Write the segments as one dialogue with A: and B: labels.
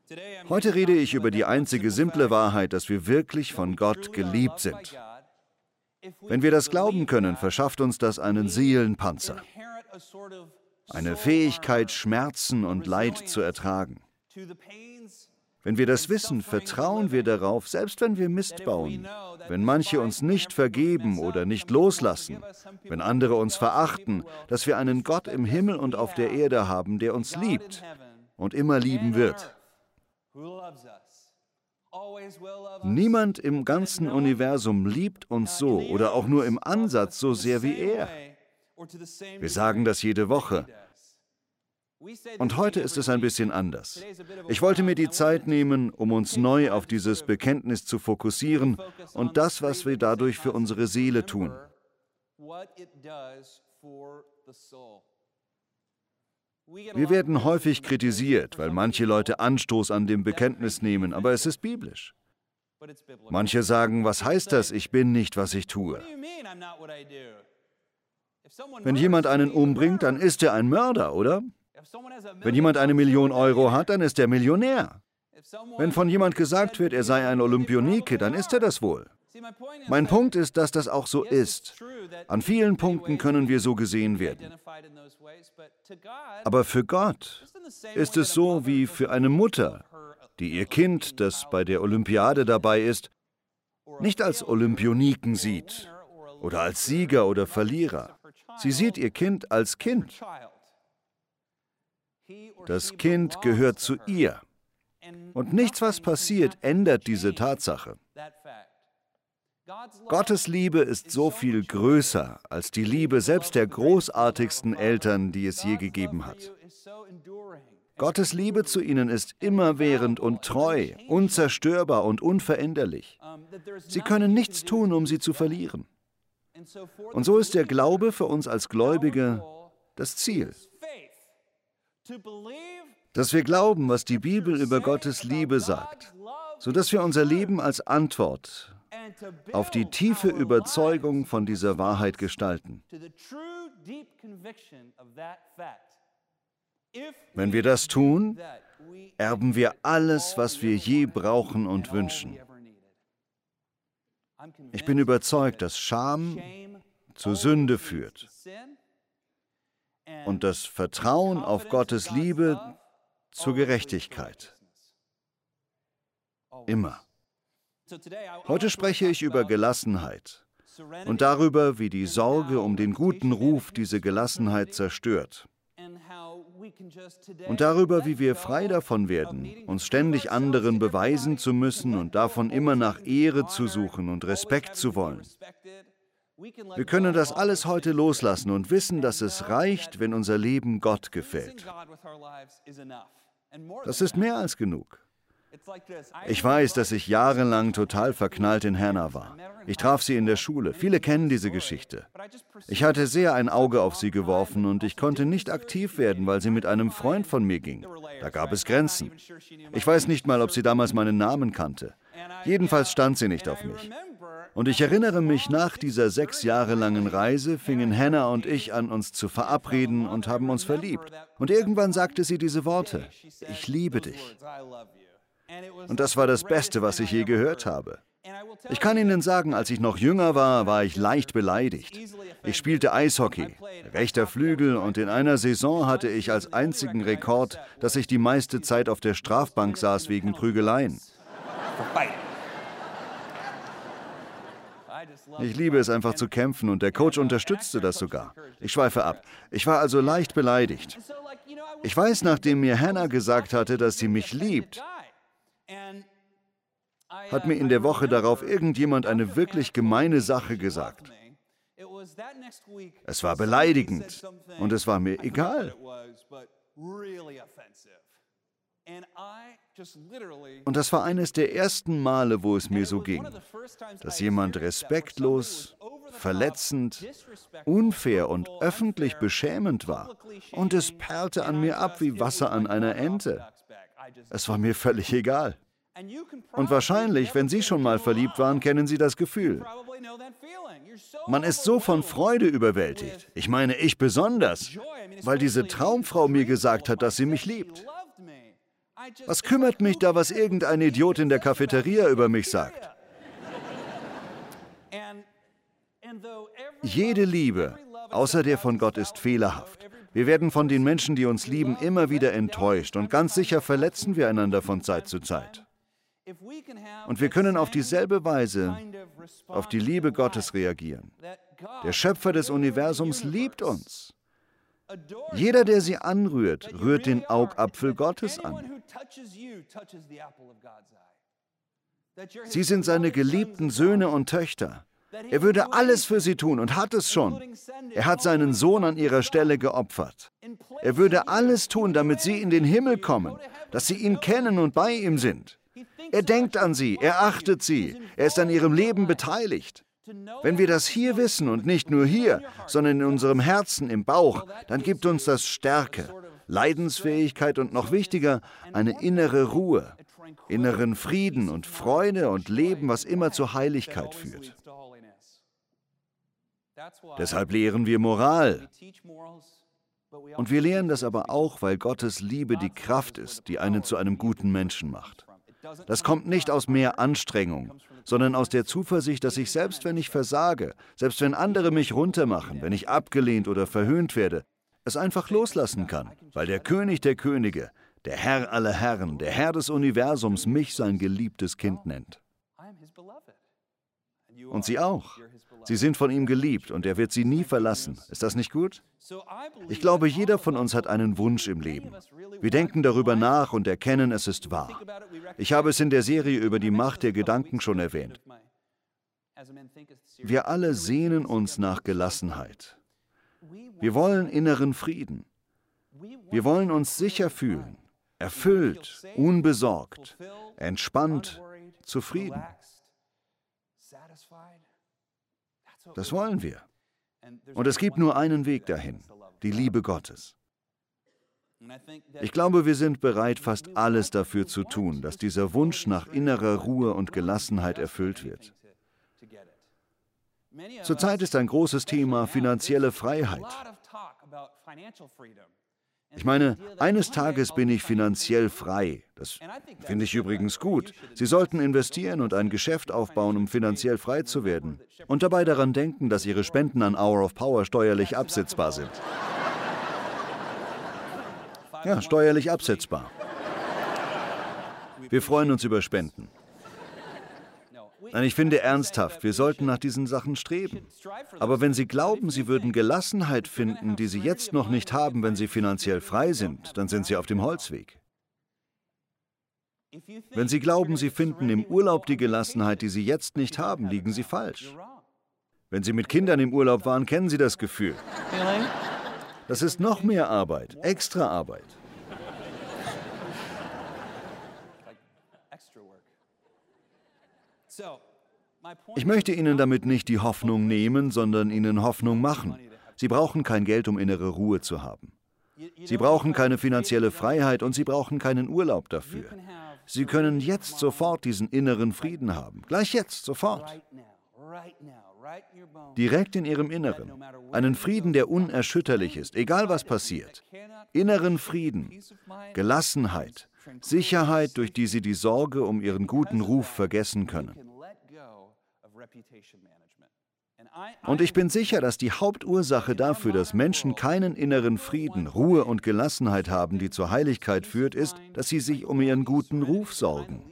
A: Heute rede ich über die einzige simple Wahrheit, dass wir wirklich von Gott geliebt sind. Wenn wir das glauben können, verschafft uns das einen Seelenpanzer, eine Fähigkeit, Schmerzen und Leid zu ertragen. Wenn wir das wissen, vertrauen wir darauf, selbst wenn wir Mist bauen, wenn manche uns nicht vergeben oder nicht loslassen, wenn andere uns verachten, dass wir einen Gott im Himmel und auf der Erde haben, der uns liebt und immer lieben wird. Niemand im ganzen Universum liebt uns so oder auch nur im Ansatz so sehr wie er. Wir sagen das jede Woche. Und heute ist es ein bisschen anders. Ich wollte mir die Zeit nehmen, um uns neu auf dieses Bekenntnis zu fokussieren und das, was wir dadurch für unsere Seele tun. Wir werden häufig kritisiert, weil manche Leute Anstoß an dem Bekenntnis nehmen, aber es ist biblisch. Manche sagen, was heißt das, ich bin nicht, was ich tue? Wenn jemand einen umbringt, dann ist er ein Mörder, oder? Wenn jemand 1 Million Euro hat, dann ist er Millionär. Wenn von jemand gesagt wird, er sei ein Olympionike, dann ist er das wohl. Mein Punkt ist, dass das auch so ist. An vielen Punkten können wir so gesehen werden. Aber für Gott ist es so wie für eine Mutter, die ihr Kind, das bei der Olympiade dabei ist, nicht als Olympioniken sieht oder als Sieger oder Verlierer. Sie sieht ihr Kind als Kind. Das Kind gehört zu ihr. Und nichts, was passiert, ändert diese Tatsache. Gottes Liebe ist so viel größer als die Liebe selbst der großartigsten Eltern, die es je gegeben hat. Gottes Liebe zu ihnen ist immerwährend und treu, unzerstörbar und unveränderlich. Sie können nichts tun, um sie zu verlieren. Und so ist der Glaube für uns als Gläubige das Ziel. Dass wir glauben, was die Bibel über Gottes Liebe sagt, sodass wir unser Leben als Antwort auf die tiefe Überzeugung von dieser Wahrheit gestalten. Wenn wir das tun, erben wir alles, was wir je brauchen und wünschen. Ich bin überzeugt, dass Scham zur Sünde führt und das Vertrauen auf Gottes Liebe zur Gerechtigkeit. Immer. Heute spreche ich über Gelassenheit und darüber, wie die Sorge um den guten Ruf diese Gelassenheit zerstört. Und darüber, wie wir frei davon werden, uns ständig anderen beweisen zu müssen und davon immer nach Ehre zu suchen und Respekt zu wollen. Wir können das alles heute loslassen und wissen, dass es reicht, wenn unser Leben Gott gefällt. Das ist mehr als genug. Ich weiß, dass ich jahrelang total verknallt in Hannah war. Ich traf sie in der Schule. Viele kennen diese Geschichte. Ich hatte sehr ein Auge auf sie geworfen und ich konnte nicht aktiv werden, weil sie mit einem Freund von mir ging. Da gab es Grenzen. Ich weiß nicht mal, ob sie damals meinen Namen kannte. Jedenfalls stand sie nicht auf mich. Und ich erinnere mich, nach dieser 6 Jahre langen Reise fingen Hannah und ich an, uns zu verabreden und haben uns verliebt. Und irgendwann sagte sie diese Worte: Ich liebe dich. Und das war das Beste, was ich je gehört habe. Ich kann Ihnen sagen, als ich noch jünger war, war ich leicht beleidigt. Ich spielte Eishockey, rechter Flügel, und in einer Saison hatte ich als einzigen Rekord, dass ich die meiste Zeit auf der Strafbank saß wegen Prügeleien. Ich liebe es einfach zu kämpfen und der Coach unterstützte das sogar. Ich schweife ab. Ich war also leicht beleidigt. Ich weiß, nachdem mir Hannah gesagt hatte, dass sie mich liebt, hat mir in der Woche darauf irgendjemand eine wirklich gemeine Sache gesagt. Es war beleidigend und es war mir egal. Und das war eines der ersten Male, wo es mir so ging, dass jemand respektlos, verletzend, unfair und öffentlich beschämend war. Und es perlte an mir ab wie Wasser an einer Ente. Es war mir völlig egal. Und wahrscheinlich, wenn Sie schon mal verliebt waren, kennen Sie das Gefühl. Man ist so von Freude überwältigt. Ich meine, ich besonders, weil diese Traumfrau mir gesagt hat, dass sie mich liebt. Was kümmert mich da, was irgendein Idiot in der Cafeteria über mich sagt? Jede Liebe, außer der von Gott, ist fehlerhaft. Wir werden von den Menschen, die uns lieben, immer wieder enttäuscht und ganz sicher verletzen wir einander von Zeit zu Zeit. Und wir können auf dieselbe Weise auf die Liebe Gottes reagieren. Der Schöpfer des Universums liebt uns. Jeder, der sie anrührt, rührt den Augapfel Gottes an. Sie sind seine geliebten Söhne und Töchter. Er würde alles für sie tun und hat es schon. Er hat seinen Sohn an ihrer Stelle geopfert. Er würde alles tun, damit sie in den Himmel kommen, dass sie ihn kennen und bei ihm sind. Er denkt an sie, er achtet sie, er ist an ihrem Leben beteiligt. Wenn wir das hier wissen und nicht nur hier, sondern in unserem Herzen, im Bauch, dann gibt uns das Stärke, Leidensfähigkeit und noch wichtiger, eine innere Ruhe, inneren Frieden und Freude und Leben, was immer zur Heiligkeit führt. Deshalb lehren wir Moral. Und wir lehren das aber auch, weil Gottes Liebe die Kraft ist, die einen zu einem guten Menschen macht. Das kommt nicht aus mehr Anstrengung, sondern aus der Zuversicht, dass ich selbst wenn ich versage, selbst wenn andere mich runtermachen, wenn ich abgelehnt oder verhöhnt werde, es einfach loslassen kann, weil der König der Könige, der Herr aller Herren, der Herr des Universums mich sein geliebtes Kind nennt. Und Sie auch. Sie sind von ihm geliebt und er wird sie nie verlassen. Ist das nicht gut? Ich glaube, jeder von uns hat einen Wunsch im Leben. Wir denken darüber nach und erkennen, es ist wahr. Ich habe es in der Serie über die Macht der Gedanken schon erwähnt. Wir alle sehnen uns nach Gelassenheit. Wir wollen inneren Frieden. Wir wollen uns sicher fühlen, erfüllt, unbesorgt, entspannt, zufrieden. Das wollen wir. Und es gibt nur einen Weg dahin, die Liebe Gottes. Ich glaube, wir sind bereit, fast alles dafür zu tun, dass dieser Wunsch nach innerer Ruhe und Gelassenheit erfüllt wird. Zurzeit ist ein großes Thema finanzielle Freiheit. Ich meine, eines Tages bin ich finanziell frei. Das finde ich übrigens gut. Sie sollten investieren und ein Geschäft aufbauen, um finanziell frei zu werden. Und dabei daran denken, dass Ihre Spenden an Hour of Power steuerlich absetzbar sind. Ja, steuerlich absetzbar. Wir freuen uns über Spenden. Nein, ich finde ernsthaft, wir sollten nach diesen Sachen streben. Aber wenn Sie glauben, Sie würden Gelassenheit finden, die Sie jetzt noch nicht haben, wenn Sie finanziell frei sind, dann sind Sie auf dem Holzweg. Wenn Sie glauben, Sie finden im Urlaub die Gelassenheit, die Sie jetzt nicht haben, liegen Sie falsch. Wenn Sie mit Kindern im Urlaub waren, kennen Sie das Gefühl. Das ist noch mehr Arbeit, extra Arbeit. Ich möchte Ihnen damit nicht die Hoffnung nehmen, sondern Ihnen Hoffnung machen. Sie brauchen kein Geld, um innere Ruhe zu haben. Sie brauchen keine finanzielle Freiheit und Sie brauchen keinen Urlaub dafür. Sie können jetzt sofort diesen inneren Frieden haben. Gleich jetzt, sofort. Direkt in Ihrem Inneren. Einen Frieden, der unerschütterlich ist, egal was passiert. Inneren Frieden, Gelassenheit, Sicherheit, durch die Sie die Sorge um Ihren guten Ruf vergessen können. Und ich bin sicher, dass die Hauptursache dafür, dass Menschen keinen inneren Frieden, Ruhe und Gelassenheit haben, die zur Heiligkeit führt, ist, dass sie sich um ihren guten Ruf sorgen.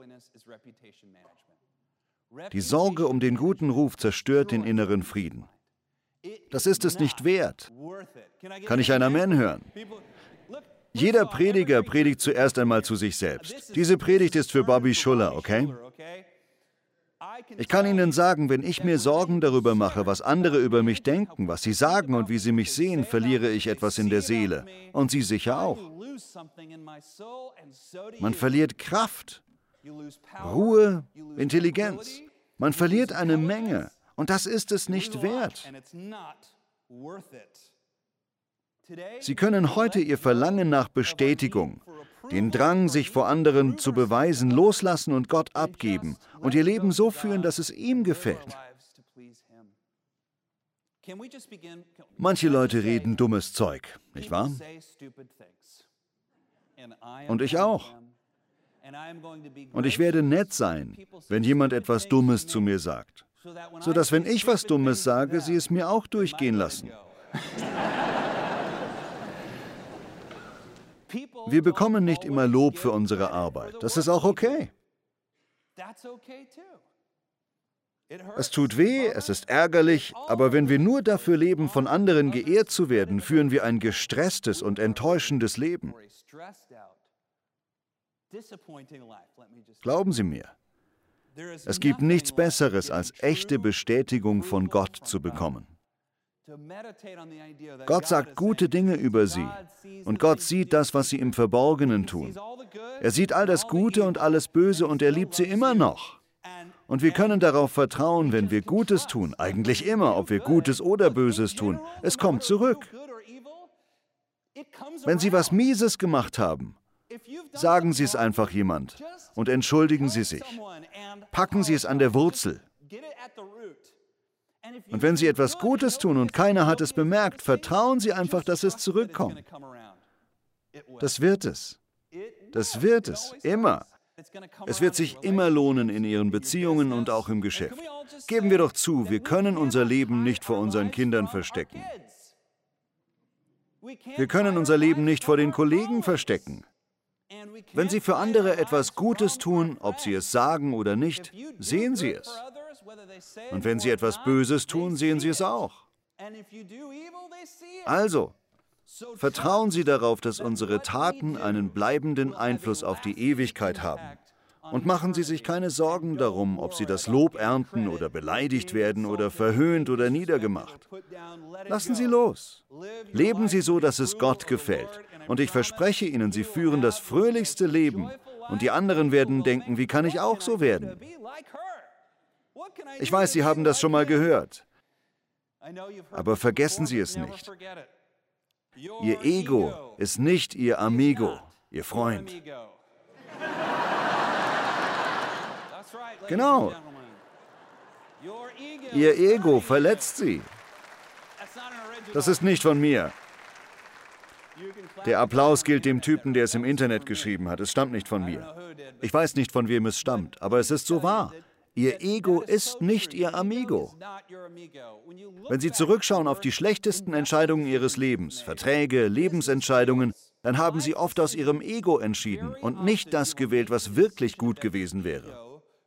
A: Die Sorge um den guten Ruf zerstört den inneren Frieden. Das ist es nicht wert. Kann ich ein Amen hören? Jeder Prediger predigt zuerst einmal zu sich selbst. Diese Predigt ist für Bobby Schuller, okay? Ich kann Ihnen sagen, wenn ich mir Sorgen darüber mache, was andere über mich denken, was sie sagen und wie sie mich sehen, verliere ich etwas in der Seele. Und Sie sicher auch. Man verliert Kraft, Ruhe, Intelligenz. Man verliert eine Menge. Und das ist es nicht wert. Sie können heute Ihr Verlangen nach Bestätigung, den Drang, sich vor anderen zu beweisen, loslassen und Gott abgeben und Ihr Leben so führen, dass es ihm gefällt. Manche Leute reden dummes Zeug, nicht wahr? Und ich auch. Und ich werde nett sein, wenn jemand etwas Dummes zu mir sagt, sodass, wenn ich was Dummes sage, sie es mir auch durchgehen lassen. Wir bekommen nicht immer Lob für unsere Arbeit. Das ist auch okay. Es tut weh, es ist ärgerlich, aber wenn wir nur dafür leben, von anderen geehrt zu werden, führen wir ein gestresstes und enttäuschendes Leben. Glauben Sie mir, es gibt nichts Besseres, als echte Bestätigung von Gott zu bekommen. Gott sagt gute Dinge über Sie und Gott sieht das, was Sie im Verborgenen tun. Er sieht all das Gute und alles Böse und er liebt Sie immer noch. Und wir können darauf vertrauen, wenn wir Gutes tun, eigentlich immer, ob wir Gutes oder Böses tun, es kommt zurück. Wenn Sie was Mieses gemacht haben, sagen Sie es einfach jemand und entschuldigen Sie sich. Packen Sie es an der Wurzel. Und wenn Sie etwas Gutes tun und keiner hat es bemerkt, vertrauen Sie einfach, dass es zurückkommt. Das wird es. Das wird es. Immer. Es wird sich immer lohnen in Ihren Beziehungen und auch im Geschäft. Geben wir doch zu, wir können unser Leben nicht vor unseren Kindern verstecken. Wir können unser Leben nicht vor den Kollegen verstecken. Wenn Sie für andere etwas Gutes tun, ob Sie es sagen oder nicht, sehen Sie es. Und wenn Sie etwas Böses tun, sehen Sie es auch. Also, vertrauen Sie darauf, dass unsere Taten einen bleibenden Einfluss auf die Ewigkeit haben. Und machen Sie sich keine Sorgen darum, ob Sie das Lob ernten oder beleidigt werden oder verhöhnt oder niedergemacht. Lassen Sie los. Leben Sie so, dass es Gott gefällt. Und ich verspreche Ihnen, Sie führen das fröhlichste Leben. Und die anderen werden denken, wie kann ich auch so werden? Ich weiß, Sie haben das schon mal gehört. Aber vergessen Sie es nicht. Ihr Ego ist nicht Ihr Amigo, Ihr Freund. Genau. Ihr Ego verletzt Sie. Das ist nicht von mir. Der Applaus gilt dem Typen, der es im Internet geschrieben hat. Es stammt nicht von mir. Ich weiß nicht, von wem es stammt, aber es ist so wahr. Ihr Ego ist nicht Ihr Amigo. Wenn Sie zurückschauen auf die schlechtesten Entscheidungen Ihres Lebens, Verträge, Lebensentscheidungen, dann haben Sie oft aus Ihrem Ego entschieden und nicht das gewählt, was wirklich gut gewesen wäre.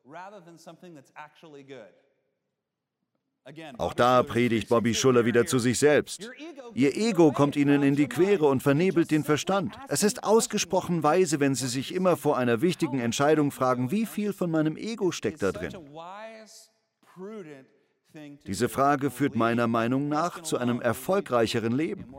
A: Auch da predigt Bobby Schuller wieder zu sich selbst. Ihr Ego kommt Ihnen in die Quere und vernebelt den Verstand. Es ist ausgesprochen weise, wenn Sie sich immer vor einer wichtigen Entscheidung fragen, wie viel von meinem Ego steckt da drin? Diese Frage führt meiner Meinung nach zu einem erfolgreicheren Leben.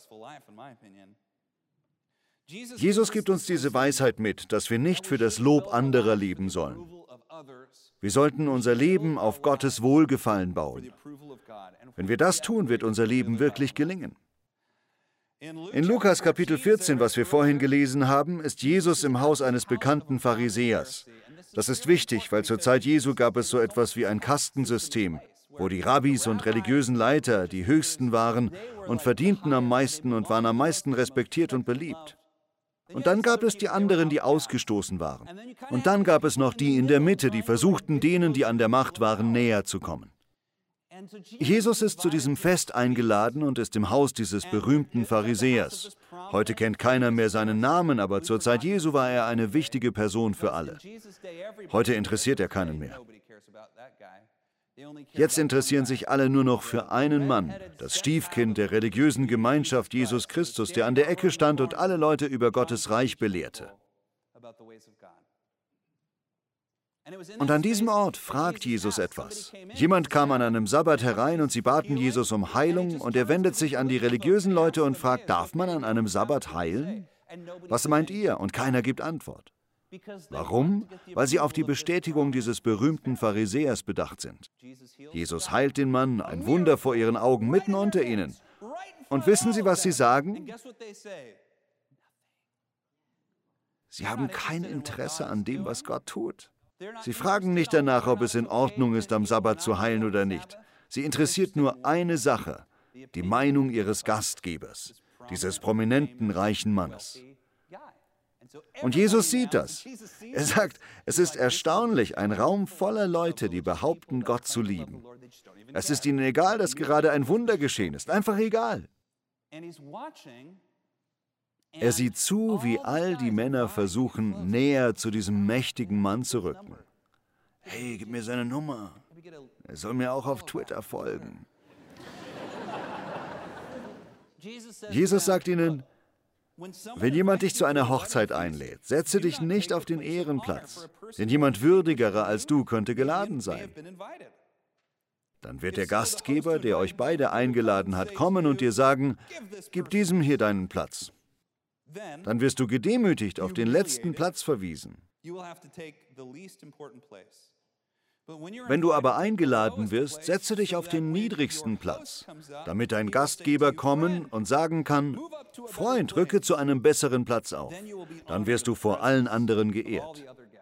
A: Jesus gibt uns diese Weisheit mit, dass wir nicht für das Lob anderer leben sollen. Wir sollten unser Leben auf Gottes Wohlgefallen bauen. Wenn wir das tun, wird unser Leben wirklich gelingen. In Lukas Kapitel 14, was wir vorhin gelesen haben, ist Jesus im Haus eines bekannten Pharisäers. Das ist wichtig, weil zur Zeit Jesu gab es so etwas wie ein Kastensystem, wo die Rabbis und religiösen Leiter die Höchsten waren und verdienten am meisten und waren am meisten respektiert und beliebt. Und dann gab es die anderen, die ausgestoßen waren. Und dann gab es noch die in der Mitte, die versuchten, denen, die an der Macht waren, näher zu kommen. Jesus ist zu diesem Fest eingeladen und ist im Haus dieses berühmten Pharisäers. Heute kennt keiner mehr seinen Namen, aber zur Zeit Jesu war er eine wichtige Person für alle. Heute interessiert er keinen mehr. Jetzt interessieren sich alle nur noch für einen Mann, das Stiefkind der religiösen Gemeinschaft Jesus Christus, der an der Ecke stand und alle Leute über Gottes Reich belehrte. Und an diesem Ort fragt Jesus etwas. Jemand kam an einem Sabbat herein und sie baten Jesus um Heilung und er wendet sich an die religiösen Leute und fragt, darf man an einem Sabbat heilen? Was meint ihr? Und keiner gibt Antwort. Warum? Weil sie auf die Bestätigung dieses berühmten Pharisäers bedacht sind. Jesus heilt den Mann, ein Wunder vor ihren Augen, mitten unter ihnen. Und wissen Sie, was sie sagen? Sie haben kein Interesse an dem, was Gott tut. Sie fragen nicht danach, ob es in Ordnung ist, am Sabbat zu heilen oder nicht. Sie interessiert nur eine Sache, die Meinung ihres Gastgebers, dieses prominenten, reichen Mannes. Und Jesus sieht das. Er sagt, es ist erstaunlich, ein Raum voller Leute, die behaupten, Gott zu lieben. Es ist ihnen egal, dass gerade ein Wunder geschehen ist. Einfach egal. Er sieht zu, wie all die Männer versuchen, näher zu diesem mächtigen Mann zu rücken. Hey, gib mir seine Nummer. Er soll mir auch auf Twitter folgen. Jesus sagt ihnen, wenn jemand dich zu einer Hochzeit einlädt, setze dich nicht auf den Ehrenplatz, denn jemand würdigerer als du könnte geladen sein. Dann wird der Gastgeber, der euch beide eingeladen hat, kommen und dir sagen, gib diesem hier deinen Platz. Dann wirst du gedemütigt auf den letzten Platz verwiesen. Wenn du aber eingeladen wirst, setze dich auf den niedrigsten Platz, damit dein Gastgeber kommen und sagen kann, Freund, rücke zu einem besseren Platz auf. Dann wirst du vor allen anderen geehrt.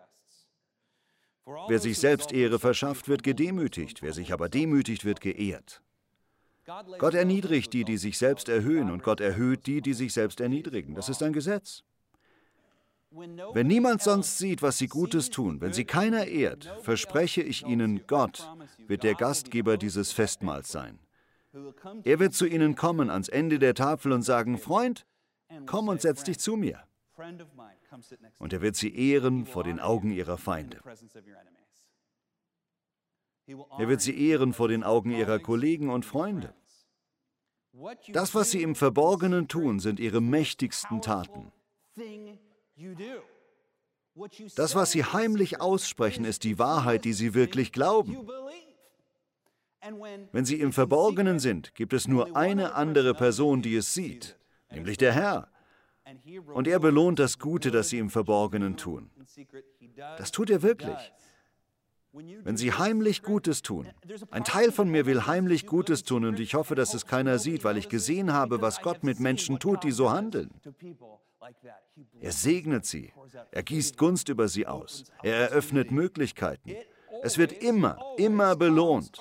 A: Wer sich selbst Ehre verschafft, wird gedemütigt, wer sich aber demütigt, wird geehrt. Gott erniedrigt die, die sich selbst erhöhen, und Gott erhöht die, die sich selbst erniedrigen. Das ist ein Gesetz. Wenn niemand sonst sieht, was sie Gutes tun, wenn sie keiner ehrt, verspreche ich ihnen, Gott wird der Gastgeber dieses Festmahls sein. Er wird zu ihnen kommen ans Ende der Tafel und sagen, Freund, komm und setz dich zu mir. Und er wird sie ehren vor den Augen ihrer Feinde. Er wird sie ehren vor den Augen ihrer Kollegen und Freunde. Das, was sie im Verborgenen tun, sind ihre mächtigsten Taten. Das, was sie heimlich aussprechen, ist die Wahrheit, die sie wirklich glauben. Wenn sie im Verborgenen sind, gibt es nur eine andere Person, die es sieht, nämlich der Herr. Und er belohnt das Gute, das sie im Verborgenen tun. Das tut er wirklich. Wenn sie heimlich Gutes tun. Ein Teil von mir will heimlich Gutes tun und ich hoffe, dass es keiner sieht, weil ich gesehen habe, was Gott mit Menschen tut, die so handeln. Er segnet sie. Er gießt Gunst über sie aus. Er eröffnet Möglichkeiten. Es wird immer, immer belohnt.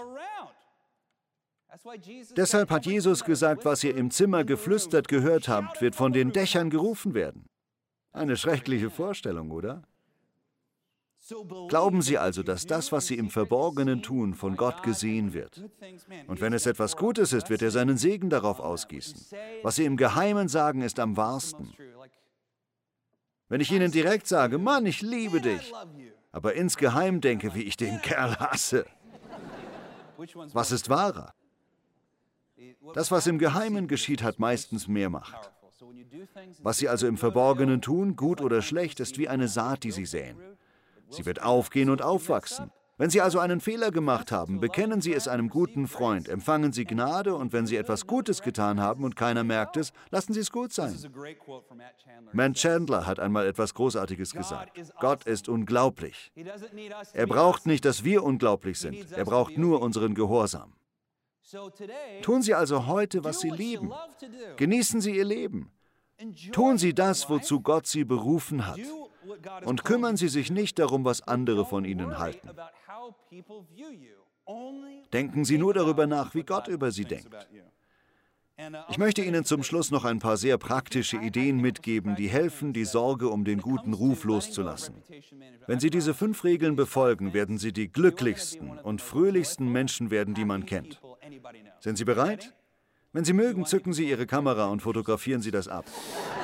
A: Deshalb hat Jesus gesagt, was ihr im Zimmer geflüstert gehört habt, wird von den Dächern gerufen werden. Eine schreckliche Vorstellung, oder? Glauben Sie also, dass das, was Sie im Verborgenen tun, von Gott gesehen wird. Und wenn es etwas Gutes ist, wird er seinen Segen darauf ausgießen. Was Sie im Geheimen sagen, ist am wahrsten. Wenn ich Ihnen direkt sage, Mann, ich liebe dich, aber insgeheim denke, wie ich den Kerl hasse. Was ist wahrer? Das, was im Geheimen geschieht, hat meistens mehr Macht. Was Sie also im Verborgenen tun, gut oder schlecht, ist wie eine Saat, die Sie säen. Sie wird aufgehen und aufwachsen. Wenn Sie also einen Fehler gemacht haben, bekennen Sie es einem guten Freund, empfangen Sie Gnade und wenn Sie etwas Gutes getan haben und keiner merkt es, lassen Sie es gut sein. Matt Chandler hat einmal etwas Großartiges gesagt. Gott ist unglaublich. Er braucht nicht, dass wir unglaublich sind. Er braucht nur unseren Gehorsam. Tun Sie also heute, was Sie lieben. Genießen Sie Ihr Leben. Tun Sie das, wozu Gott Sie berufen hat. Und kümmern Sie sich nicht darum, was andere von Ihnen halten. Denken Sie nur darüber nach, wie Gott über Sie denkt. Ich möchte Ihnen zum Schluss noch ein paar sehr praktische Ideen mitgeben, die helfen, die Sorge um den guten Ruf loszulassen. Wenn Sie diese 5 Regeln befolgen, werden Sie die glücklichsten und fröhlichsten Menschen werden, die man kennt. Sind Sie bereit? Wenn Sie mögen, zücken Sie Ihre Kamera und fotografieren Sie das ab.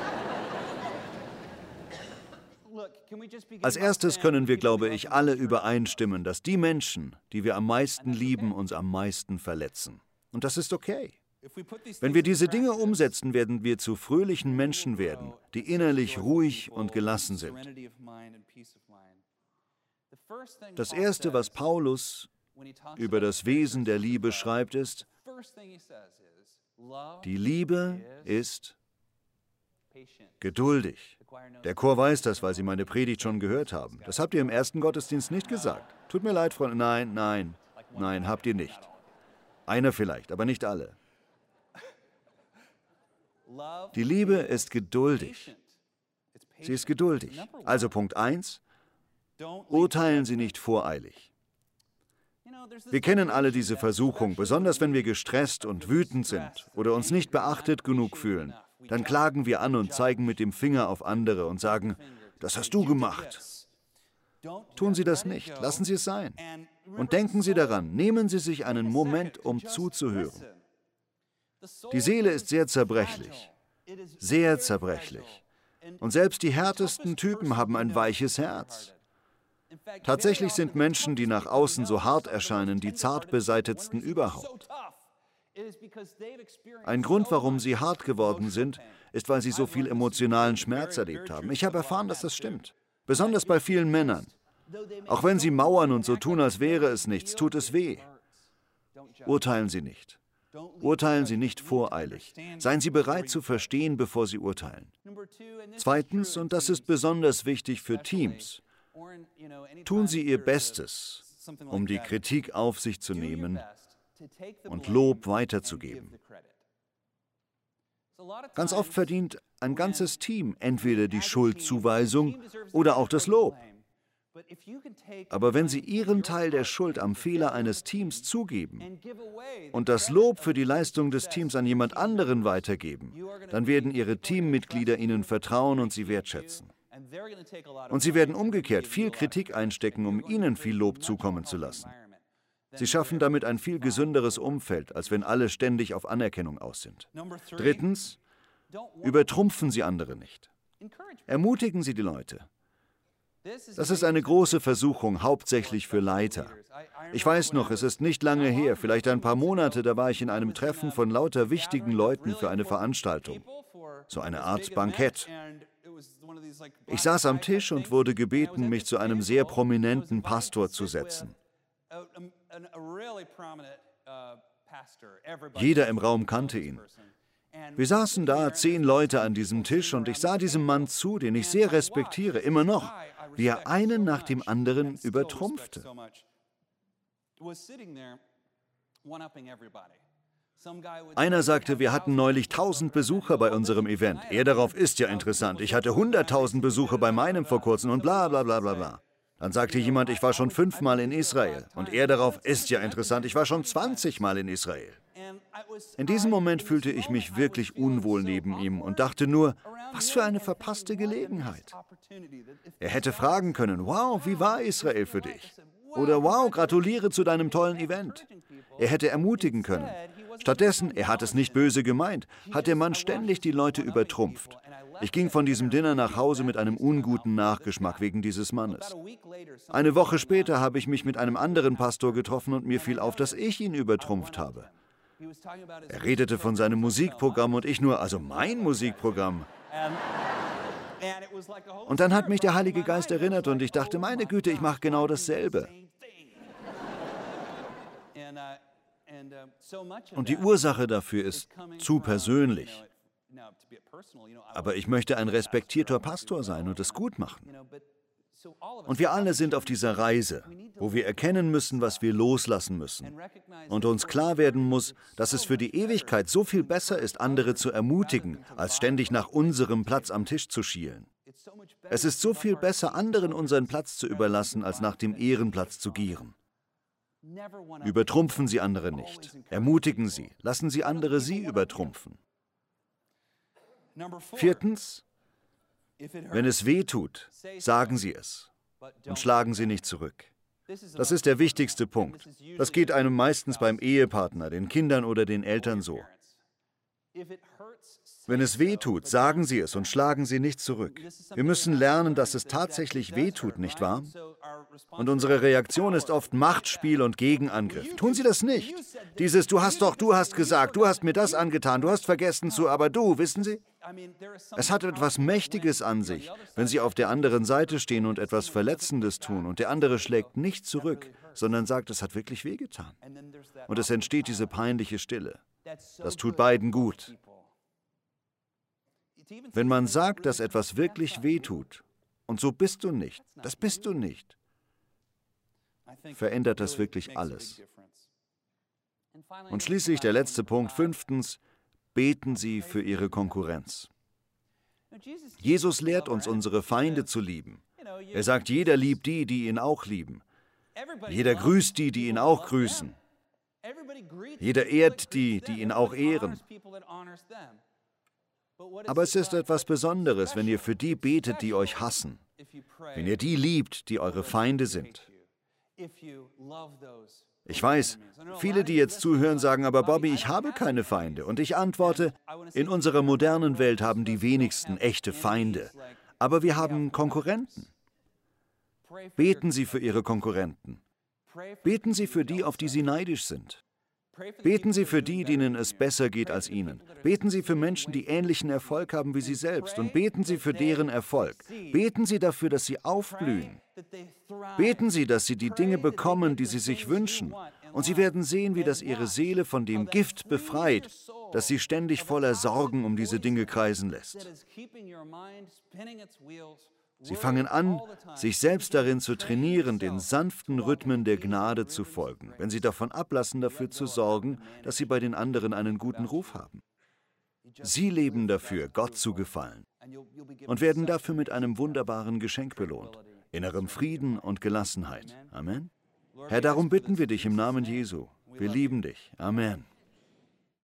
A: Als erstes können wir, glaube ich, alle übereinstimmen, dass die Menschen, die wir am meisten lieben, uns am meisten verletzen. Und das ist okay. Wenn wir diese Dinge umsetzen, werden wir zu fröhlichen Menschen werden, die innerlich ruhig und gelassen sind. Das Erste, was Paulus über das Wesen der Liebe schreibt, ist, die Liebe ist geduldig. Der Chor weiß das, weil sie meine Predigt schon gehört haben. Das habt ihr im ersten Gottesdienst nicht gesagt. Tut mir leid, Freunde. Nein, habt ihr nicht. Einer vielleicht, aber nicht alle. Die Liebe ist geduldig. Sie ist geduldig. Also Punkt 1, urteilen Sie nicht voreilig. Wir kennen alle diese Versuchung, besonders wenn wir gestresst und wütend sind oder uns nicht beachtet genug fühlen. Dann klagen wir an und zeigen mit dem Finger auf andere und sagen, das hast du gemacht. Tun Sie das nicht, lassen Sie es sein. Und denken Sie daran, nehmen Sie sich einen Moment, um zuzuhören. Die Seele ist sehr zerbrechlich, sehr zerbrechlich. Und selbst die härtesten Typen haben ein weiches Herz. Tatsächlich sind Menschen, die nach außen so hart erscheinen, die zartbeseitetsten überhaupt. Ein Grund, warum sie hart geworden sind, ist, weil sie so viel emotionalen Schmerz erlebt haben. Ich habe erfahren, dass das stimmt. Besonders bei vielen Männern. Auch wenn sie mauern und so tun, als wäre es nichts, tut es weh. Urteilen Sie nicht. Urteilen Sie nicht voreilig. Seien Sie bereit zu verstehen, bevor Sie urteilen. Zweitens, und das ist besonders wichtig für Teams, tun Sie Ihr Bestes, um die Kritik auf sich zu nehmen und Lob weiterzugeben. Ganz oft verdient ein ganzes Team entweder die Schuldzuweisung oder auch das Lob. Aber wenn Sie Ihren Teil der Schuld am Fehler eines Teams zugeben und das Lob für die Leistung des Teams an jemand anderen weitergeben, dann werden Ihre Teammitglieder Ihnen vertrauen und Sie wertschätzen. Und Sie werden umgekehrt viel Kritik einstecken, um Ihnen viel Lob zukommen zu lassen. Sie schaffen damit ein viel gesünderes Umfeld, als wenn alle ständig auf Anerkennung aus sind. Drittens, übertrumpfen Sie andere nicht. Ermutigen Sie die Leute. Das ist eine große Versuchung, hauptsächlich für Leiter. Ich weiß noch, es ist nicht lange her, vielleicht ein paar Monate, da war ich in einem Treffen von lauter wichtigen Leuten für eine Veranstaltung. So eine Art Bankett. Ich saß am Tisch und wurde gebeten, mich zu einem sehr prominenten Pastor zu setzen. Jeder im Raum kannte ihn. Wir saßen da, 10 Leute an diesem Tisch, und ich sah diesem Mann zu, den ich sehr respektiere, immer noch, wie er einen nach dem anderen übertrumpfte. Einer sagte, wir hatten neulich 1000 Besucher bei unserem Event. Er darauf, ist ja interessant. Ich hatte 100.000 Besucher bei meinem vor kurzem und bla bla bla bla bla. Dann sagte jemand, ich war schon 5-mal in Israel. Und er darauf, ist ja interessant, ich war schon 20-mal in Israel. In diesem Moment fühlte ich mich wirklich unwohl neben ihm und dachte nur, was für eine verpasste Gelegenheit. Er hätte fragen können, wow, wie war Israel für dich? Oder wow, gratuliere zu deinem tollen Event. Er hätte ermutigen können. Stattdessen, er hat es nicht böse gemeint, hat der Mann ständig die Leute übertrumpft. Ich ging von diesem Dinner nach Hause mit einem unguten Nachgeschmack wegen dieses Mannes. Eine Woche später habe ich mich mit einem anderen Pastor getroffen und mir fiel auf, dass ich ihn übertrumpft habe. Er redete von seinem Musikprogramm und ich nur, also mein Musikprogramm. Und dann hat mich der Heilige Geist erinnert und ich dachte, meine Güte, ich mache genau dasselbe. Und die Ursache dafür ist zu persönlich. Aber ich möchte ein respektierter Pastor sein und es gut machen. Und wir alle sind auf dieser Reise, wo wir erkennen müssen, was wir loslassen müssen. Und uns klar werden muss, dass es für die Ewigkeit so viel besser ist, andere zu ermutigen, als ständig nach unserem Platz am Tisch zu schielen. Es ist so viel besser, anderen unseren Platz zu überlassen, als nach dem Ehrenplatz zu gieren. Übertrumpfen Sie andere nicht. Ermutigen Sie. Lassen Sie andere Sie übertrumpfen. Viertens, wenn es weh tut, sagen Sie es und schlagen Sie nicht zurück. Das ist der wichtigste Punkt. Das geht einem meistens beim Ehepartner, den Kindern oder den Eltern so. Wenn es weh tut, sagen Sie es und schlagen Sie nicht zurück. Wir müssen lernen, dass es tatsächlich weh tut, nicht wahr? Und unsere Reaktion ist oft Machtspiel und Gegenangriff. Tun Sie das nicht. Dieses du hast gesagt, du hast mir das angetan, du hast vergessen zu, aber du, wissen Sie? Es hat etwas Mächtiges an sich, wenn Sie auf der anderen Seite stehen und etwas Verletzendes tun und der andere schlägt nicht zurück, sondern sagt, es hat wirklich wehgetan. Und es entsteht diese peinliche Stille. Das tut beiden gut. Wenn man sagt, dass etwas wirklich wehtut, und so bist du nicht, das bist du nicht, verändert das wirklich alles. Und schließlich der letzte Punkt, 5. Beten Sie für Ihre Konkurrenz. Jesus lehrt uns, unsere Feinde zu lieben. Er sagt, jeder liebt die, die ihn auch lieben. Jeder grüßt die, die ihn auch grüßen. Jeder ehrt die, die ihn auch ehren. Aber es ist etwas Besonderes, wenn ihr für die betet, die euch hassen. Wenn ihr die liebt, die eure Feinde sind. Ich weiß, viele, die jetzt zuhören, sagen, aber Bobby, ich habe keine Feinde. Und ich antworte, in unserer modernen Welt haben die wenigsten echte Feinde. Aber wir haben Konkurrenten. Beten Sie für Ihre Konkurrenten. Beten Sie für die, auf die Sie neidisch sind. Beten Sie für die, denen es besser geht als Ihnen. Beten Sie für Menschen, die ähnlichen Erfolg haben wie Sie selbst. Und beten Sie für deren Erfolg. Beten Sie dafür, dass sie aufblühen. Beten Sie, dass sie die Dinge bekommen, die sie sich wünschen. Und Sie werden sehen, wie das Ihre Seele von dem Gift befreit, das Sie ständig voller Sorgen um diese Dinge kreisen lässt. Sie fangen an, sich selbst darin zu trainieren, den sanften Rhythmen der Gnade zu folgen, wenn Sie davon ablassen, dafür zu sorgen, dass Sie bei den anderen einen guten Ruf haben. Sie leben dafür, Gott zu gefallen und werden dafür mit einem wunderbaren Geschenk belohnt, innerem Frieden und Gelassenheit. Amen. Herr, darum bitten wir dich im Namen Jesu. Wir lieben dich. Amen.